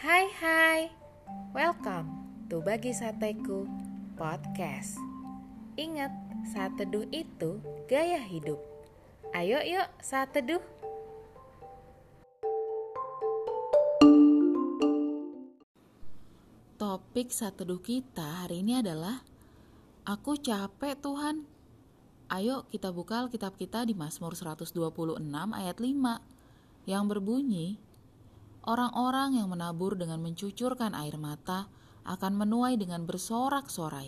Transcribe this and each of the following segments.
Hai, welcome to Bagi Sateku Podcast. Ingat, saat teduh itu gaya hidup. Ayo yuk saat teduh. Topik saat teduh kita hari ini adalah Aku capek Tuhan. Ayo kita buka Alkitab kita di Mazmur 126 ayat 5 yang berbunyi, orang-orang yang menabur dengan mencucurkan air mata akan menuai dengan bersorak-sorai.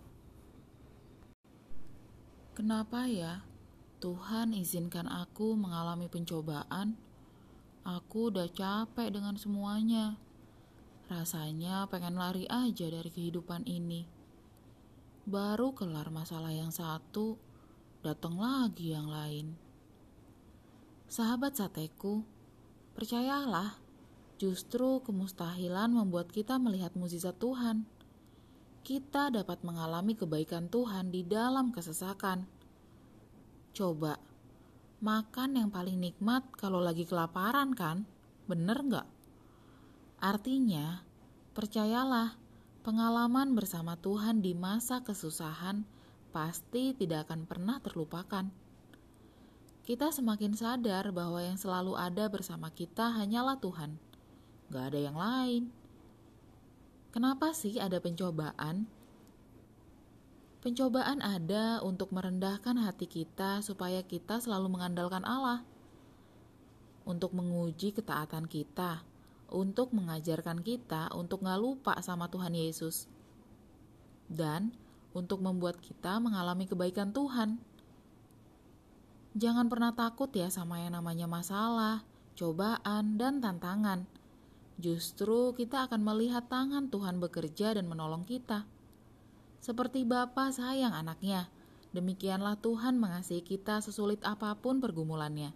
Kenapa ya Tuhan izinkan aku mengalami pencobaan? Aku udah capek dengan semuanya. Rasanya pengen lari aja dari kehidupan ini. Baru kelar masalah yang satu, datang lagi yang lain. Sahabat sateku, percayalah, justru kemustahilan membuat kita melihat mukjizat Tuhan. Kita dapat mengalami kebaikan Tuhan di dalam kesesakan. Coba, makan yang paling nikmat kalau lagi kelaparan kan? Bener nggak? Artinya, percayalah, pengalaman bersama Tuhan di masa kesusahan pasti tidak akan pernah terlupakan. Kita semakin sadar bahwa yang selalu ada bersama kita hanyalah Tuhan. Gak ada yang lain. Kenapa sih ada pencobaan? Pencobaan ada untuk merendahkan hati kita supaya kita selalu mengandalkan Allah. Untuk menguji ketaatan kita. Untuk mengajarkan kita untuk gak lupa sama Tuhan Yesus. Dan untuk membuat kita mengalami kebaikan Tuhan. Jangan pernah takut ya sama yang namanya masalah, cobaan, dan tantangan. Justru kita akan melihat tangan Tuhan bekerja dan menolong kita. Seperti Bapa sayang anaknya, demikianlah Tuhan mengasihi kita sesulit apapun pergumulannya.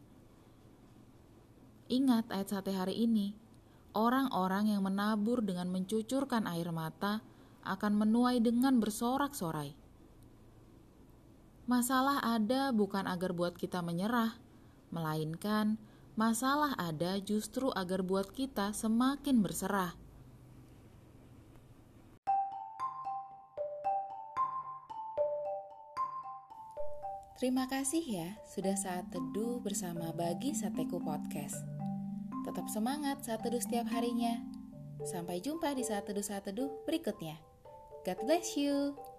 Ingat ayat sate hari ini, orang-orang yang menabur dengan mencucurkan air mata akan menuai dengan bersorak-sorai. Masalah ada bukan agar buat kita menyerah, melainkan masalah ada justru agar buat kita semakin berserah. Terima kasih ya sudah saat teduh bersama Bagi Sateku Podcast. Tetap semangat saat teduh setiap harinya. Sampai jumpa di saat teduh berikutnya. God bless you.